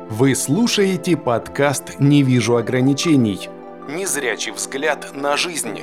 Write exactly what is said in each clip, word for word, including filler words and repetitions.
Вы слушаете подкаст «Не вижу ограничений». Незрячий взгляд на жизнь.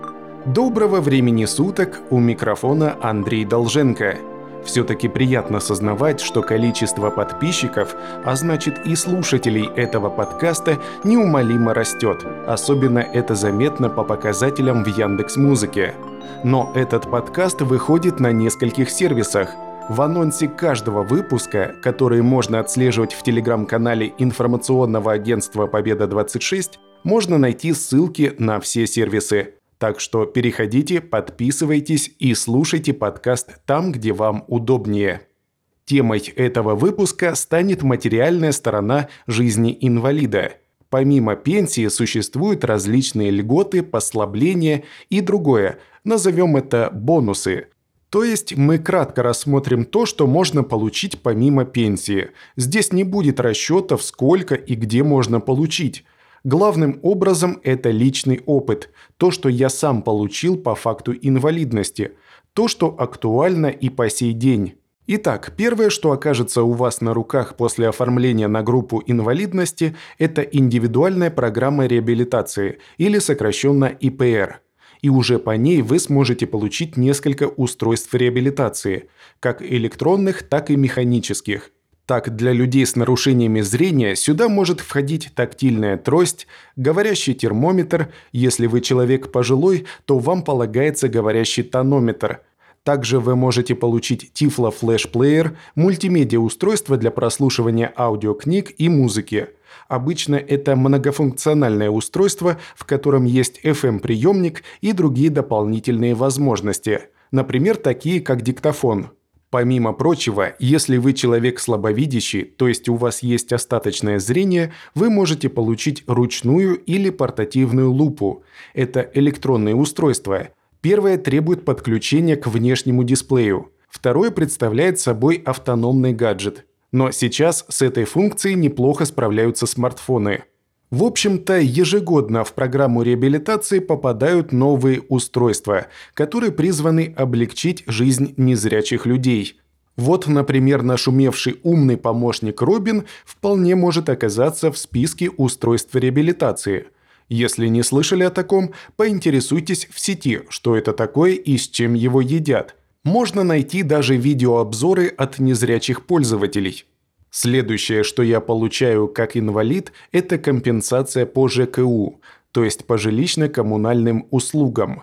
Доброго времени суток, у микрофона Андрей Долженко. Все-таки приятно сознавать, что количество подписчиков, а значит и слушателей этого подкаста, неумолимо растет. Особенно это заметно по показателям в Яндекс.Музыке. Но этот подкаст выходит на нескольких сервисах. В анонсе каждого выпуска, который можно отслеживать в телеграм-канале информационного агентства «Победа-двадцать шесть», можно найти ссылки на все сервисы. Так что переходите, подписывайтесь и слушайте подкаст там, где вам удобнее. Темой этого выпуска станет материальная сторона жизни инвалида. Помимо пенсии существуют различные льготы, послабления и другое. Назовем это бонусы. То есть мы кратко рассмотрим то, что можно получить помимо пенсии. Здесь не будет расчетов, сколько и где можно получить. Главным образом это личный опыт, то, что я сам получил по факту инвалидности, то, что актуально и по сей день. Итак, первое, что окажется у вас на руках после оформления на группу инвалидности, это индивидуальная программа реабилитации, или сокращенно И П Р. И уже по ней вы сможете получить несколько устройств реабилитации, как электронных, так и механических. Так, для людей с нарушениями зрения сюда может входить тактильная трость, говорящий термометр, если вы человек пожилой, то вам полагается говорящий тонометр. Также вы можете получить тифло-флеш-плеер, мультимедиа-устройство для прослушивания аудиокниг и музыки. Обычно это многофункциональное устройство, в котором есть эф эм-приемник и другие дополнительные возможности, например, такие как диктофон. Помимо прочего, если вы человек слабовидящий, то есть у вас есть остаточное зрение, вы можете получить ручную или портативную лупу. Это электронные устройства. Первое требует подключения к внешнему дисплею. Второе представляет собой автономный гаджет. Но сейчас с этой функцией неплохо справляются смартфоны. В общем-то, ежегодно в программу реабилитации попадают новые устройства, которые призваны облегчить жизнь незрячих людей. Вот, например, нашумевший умный помощник Робин вполне может оказаться в списке устройств реабилитации. Если не слышали о таком, поинтересуйтесь в сети, что это такое и с чем его едят. Можно найти даже видеообзоры от незрячих пользователей. Следующее, что я получаю как инвалид, это компенсация по Ж К У, то есть по жилищно-коммунальным услугам.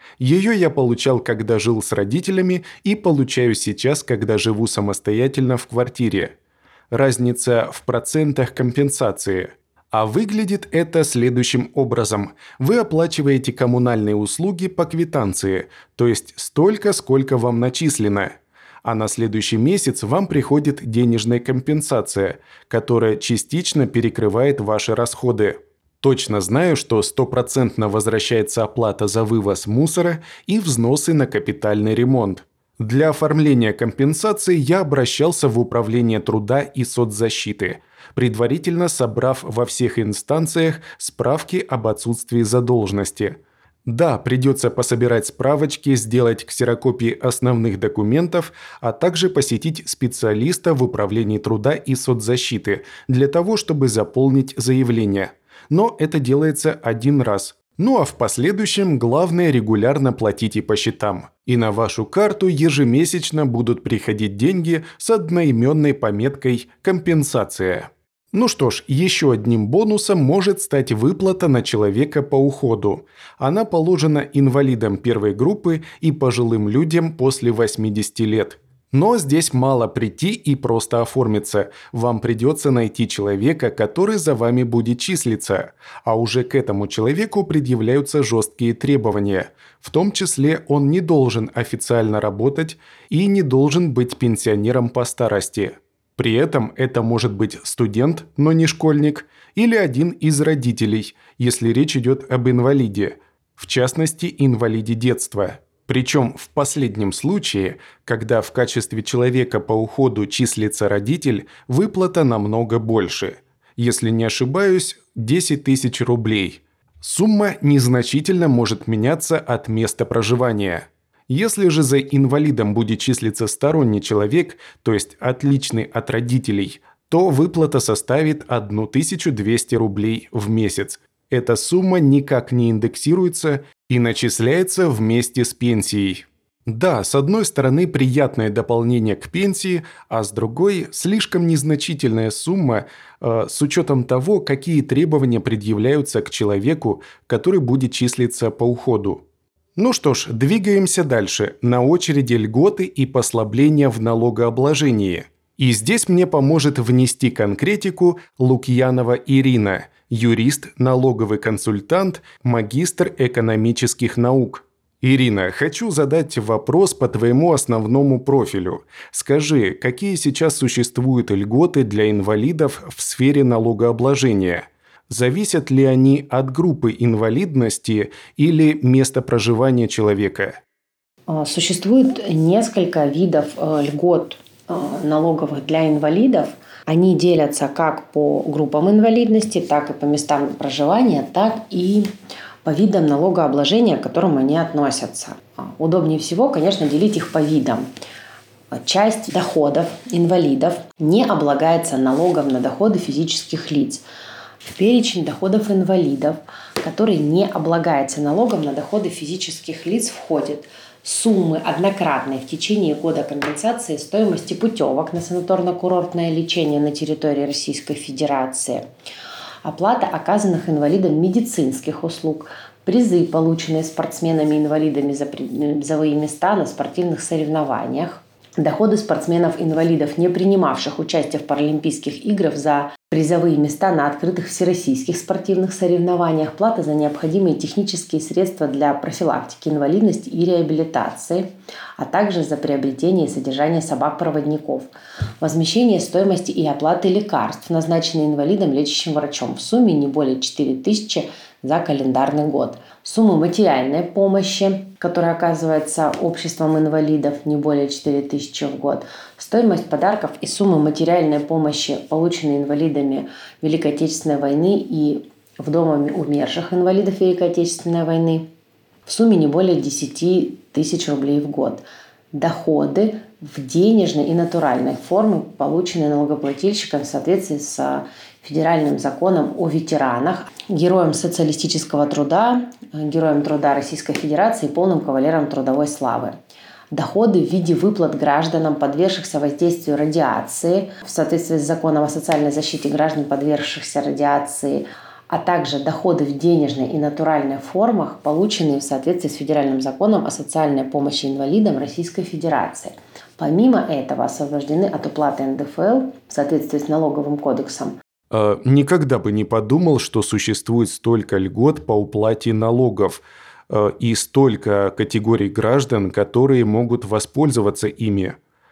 Ее я получал, когда жил с родителями, и получаю сейчас, когда живу самостоятельно в квартире. Разница в процентах компенсации. А выглядит это следующим образом. Вы оплачиваете коммунальные услуги по квитанции, то есть столько, сколько вам начислено. А на следующий месяц вам приходит денежная компенсация, которая частично перекрывает ваши расходы. Точно знаю, что стопроцентно возвращается оплата за вывоз мусора и взносы на капитальный ремонт. Для оформления компенсации я обращался в Управление труда и соцзащиты, предварительно собрав во всех инстанциях справки об отсутствии задолженности. Да, придется пособирать справочки, сделать ксерокопии основных документов, а также посетить специалиста в Управлении труда и соцзащиты для того, чтобы заполнить заявление. Но это делается один раз. Ну а в последующем главное регулярно платите по счетам. И на вашу карту ежемесячно будут приходить деньги с одноименной пометкой «Компенсация». Ну что ж, еще одним бонусом может стать выплата на человека по уходу. Она положена инвалидам первой группы и пожилым людям после восьмидесяти лет. Но здесь мало прийти и просто оформиться. Вам придется найти человека, который за вами будет числиться. А уже к этому человеку предъявляются жесткие требования. В том числе он не должен официально работать и не должен быть пенсионером по старости. При этом это может быть студент, но не школьник, или один из родителей, если речь идет об инвалиде, в частности, инвалиде детства. Причем в последнем случае, когда в качестве человека по уходу числится родитель, выплата намного больше. Если не ошибаюсь, десять тысяч рублей. Сумма незначительно может меняться от места проживания. Если же за инвалидом будет числиться сторонний человек, то есть отличный от родителей, то выплата составит тысячу двести рублей в месяц. Эта сумма никак не индексируется и начисляется вместе с пенсией. Да, с одной стороны приятное дополнение к пенсии, а с другой слишком незначительная сумма э, с учетом того, какие требования предъявляются к человеку, который будет числиться по уходу. Ну что ж, двигаемся дальше. На очереди льготы и послабления в налогообложении. И здесь мне поможет внести конкретику Лукьянова Ирина, юрист, налоговый консультант, магистр экономических наук. Ирина, хочу задать вопрос по твоему основному профилю. Скажи, какие сейчас существуют льготы для инвалидов в сфере налогообложения? Зависят ли они от группы инвалидности или места проживания человека? Существует несколько видов льгот налоговых для инвалидов. Они делятся как по группам инвалидности, так и по местам проживания, так и по видам налогообложения, к которым они относятся. Удобнее всего, конечно, делить их по видам. Часть доходов инвалидов не облагается налогом на доходы физических лиц. В перечень доходов инвалидов, который не облагается налогом на доходы физических лиц, входит суммы однократной в течение года компенсации стоимости путевок на санаторно-курортное лечение на территории Российской Федерации, оплата оказанных инвалидам медицинских услуг, призы, полученные спортсменами-инвалидами за призовые места на спортивных соревнованиях, доходы спортсменов-инвалидов, не принимавших участие в Паралимпийских играх, за призовые места на открытых всероссийских спортивных соревнованиях, плата за необходимые технические средства для профилактики инвалидности и реабилитации, а также за приобретение и содержание собак-проводников, возмещение стоимости и оплаты лекарств, назначенных инвалидом лечащим врачом, в сумме не более четыре тысячи за календарный год. Сумму материальной помощи, которая оказывается обществом инвалидов, не более четыре тысячи в год. Стоимость подарков и суммы материальной помощи, полученные инвалидами Великой Отечественной войны и вдовами умерших инвалидов Великой Отечественной войны, в сумме не более десять тысяч рублей в год. Доходы в денежной и натуральной форме, полученные налогоплательщиком в соответствии с федеральным законом о ветеранах, героям социалистического труда, героям труда Российской Федерации и полным кавалерам трудовой славы. Доходы в виде выплат гражданам, подвергшихся воздействию радиации, в соответствии с законом о социальной защите граждан, подвергшихся радиации, а также доходы в денежной и натуральной формах, полученные в соответствии с федеральным законом о социальной помощи инвалидам Российской Федерации. Помимо этого освобождены от уплаты эн дэ эф эл в соответствии с налоговым кодексом. Никогда бы не подумал, что существует столько льгот по уплате налогов и столько категорий граждан, которые могут воспользоваться ими.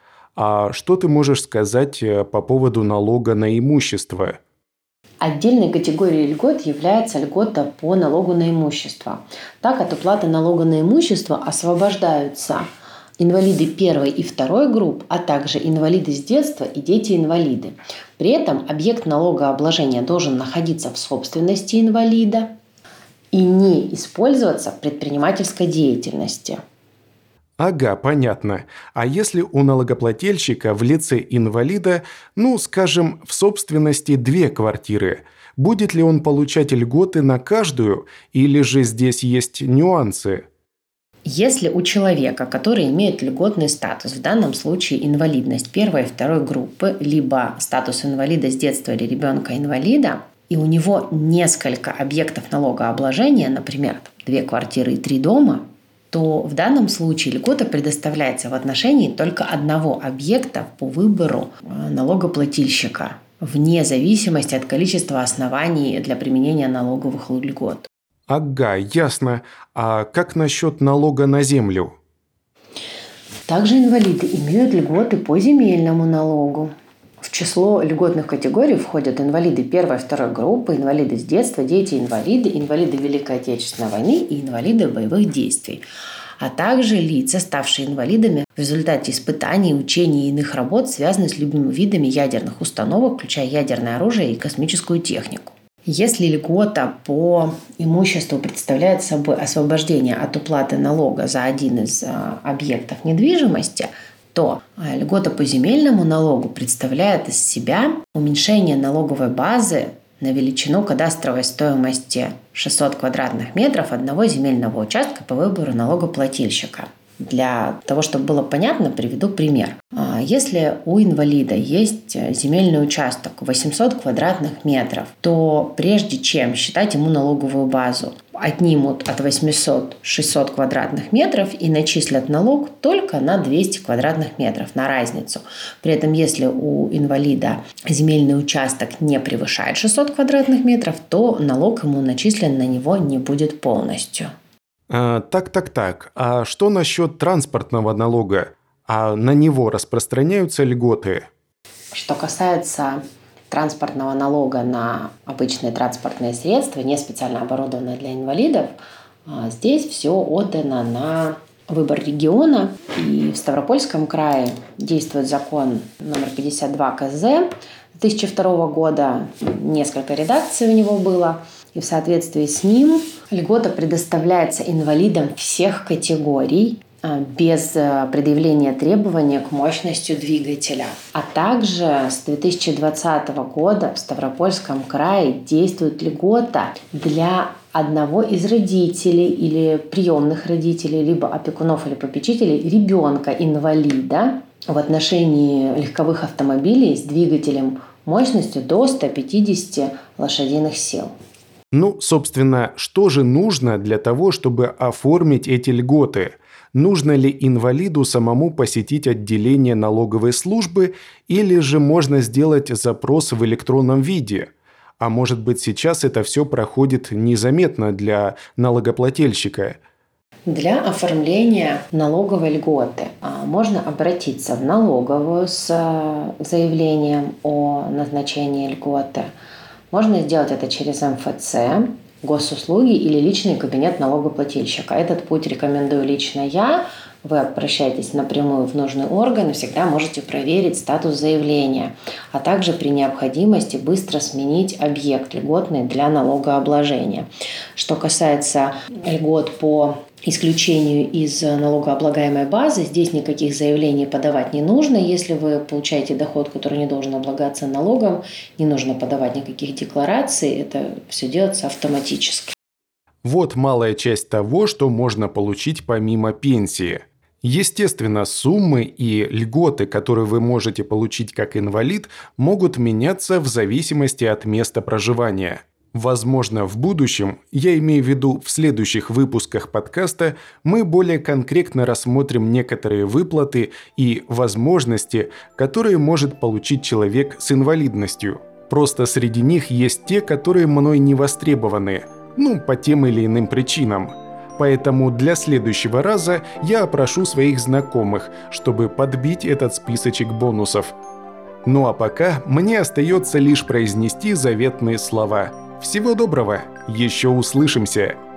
А что ты можешь сказать по поводу налога на имущество? Отдельной категорией льгот является льгота по налогу на имущество. Так, от уплаты налога на имущество освобождаются инвалиды первой и второй групп, а также инвалиды с детства и дети-инвалиды. При этом объект налогообложения должен находиться в собственности инвалида и не использоваться в предпринимательской деятельности. Ага, понятно. А если у налогоплательщика в лице инвалида, ну, скажем, в собственности две квартиры, будет ли он получать льготы на каждую, или же здесь есть нюансы? Если у человека, который имеет льготный статус, в данном случае инвалидность первой и второй группы, либо статус инвалида с детства или ребенка-инвалида, и у него несколько объектов налогообложения, например, две квартиры и три дома, то в данном случае льгота предоставляется в отношении только одного объекта по выбору налогоплательщика, вне зависимости от количества оснований для применения налоговых льгот. Ага, ясно. А как насчет налога на землю? Также инвалиды имеют льготы по земельному налогу. В число льготных категорий входят инвалиды первой и второй группы, инвалиды с детства, дети-инвалиды, инвалиды Великой Отечественной войны и инвалиды боевых действий, а также лица, ставшие инвалидами в результате испытаний, учений и иных работ, связанных с любыми видами ядерных установок, включая ядерное оружие и космическую технику. Если льгота по имуществу представляет собой освобождение от уплаты налога за один из объектов недвижимости, то льгота по земельному налогу представляет из себя уменьшение налоговой базы на величину кадастровой стоимости шестьсот квадратных метров одного земельного участка по выбору налогоплательщика. Для того, чтобы было понятно, приведу пример. Если у инвалида есть земельный участок восемьсот квадратных метров, то прежде чем считать ему налоговую базу, отнимут от восьмисот шестьсот квадратных метров и начислят налог только на двести квадратных метров, на разницу. При этом, если у инвалида земельный участок не превышает шестьсот квадратных метров, то налог ему начислен на него не будет полностью. А, так, так, так. А что насчет транспортного налога? А на него распространяются льготы? Что касается транспортного налога на обычные транспортные средства, не специально оборудованные для инвалидов, здесь все отдано на выбор региона. И в Ставропольском крае действует закон номер пятьдесят два ка зэ две тысячи второго года. Несколько редакций у него было. И в соответствии с ним льгота предоставляется инвалидам всех категорий без предъявления требования к мощности двигателя. А также с две тысячи двадцатого года в Ставропольском крае действует льгота для одного из родителей или приемных родителей, либо опекунов или попечителей ребенка-инвалида в отношении легковых автомобилей с двигателем мощностью до ста пятидесяти лошадиных сил. Ну, собственно, что же нужно для того, чтобы оформить эти льготы? Нужно ли инвалиду самому посетить отделение налоговой службы или же можно сделать запрос в электронном виде? А может быть, сейчас это все проходит незаметно для налогоплательщика? Для оформления налоговой льготы можно обратиться в налоговую с заявлением о назначении льготы. Можно сделать это через эм эф цэ, госуслуги или личный кабинет налогоплательщика. Этот путь рекомендую лично я. Вы обращаетесь напрямую в нужный орган и всегда можете проверить статус заявления, а также при необходимости быстро сменить объект льготный для налогообложения. Что касается льгот по исключению из налогооблагаемой базы, здесь никаких заявлений подавать не нужно. Если вы получаете доход, который не должен облагаться налогом, не нужно подавать никаких деклараций, это все делается автоматически. Вот малая часть того, что можно получить помимо пенсии. Естественно, суммы и льготы, которые вы можете получить как инвалид, могут меняться в зависимости от места проживания. Возможно, в будущем, я имею в виду в следующих выпусках подкаста, мы более конкретно рассмотрим некоторые выплаты и возможности, которые может получить человек с инвалидностью. Просто среди них есть те, которые мной не востребованы, ну, по тем или иным причинам. Поэтому для следующего раза я опрошу своих знакомых, чтобы подбить этот списочек бонусов. Ну а пока мне остается лишь произнести заветные слова. Всего доброго, еще услышимся!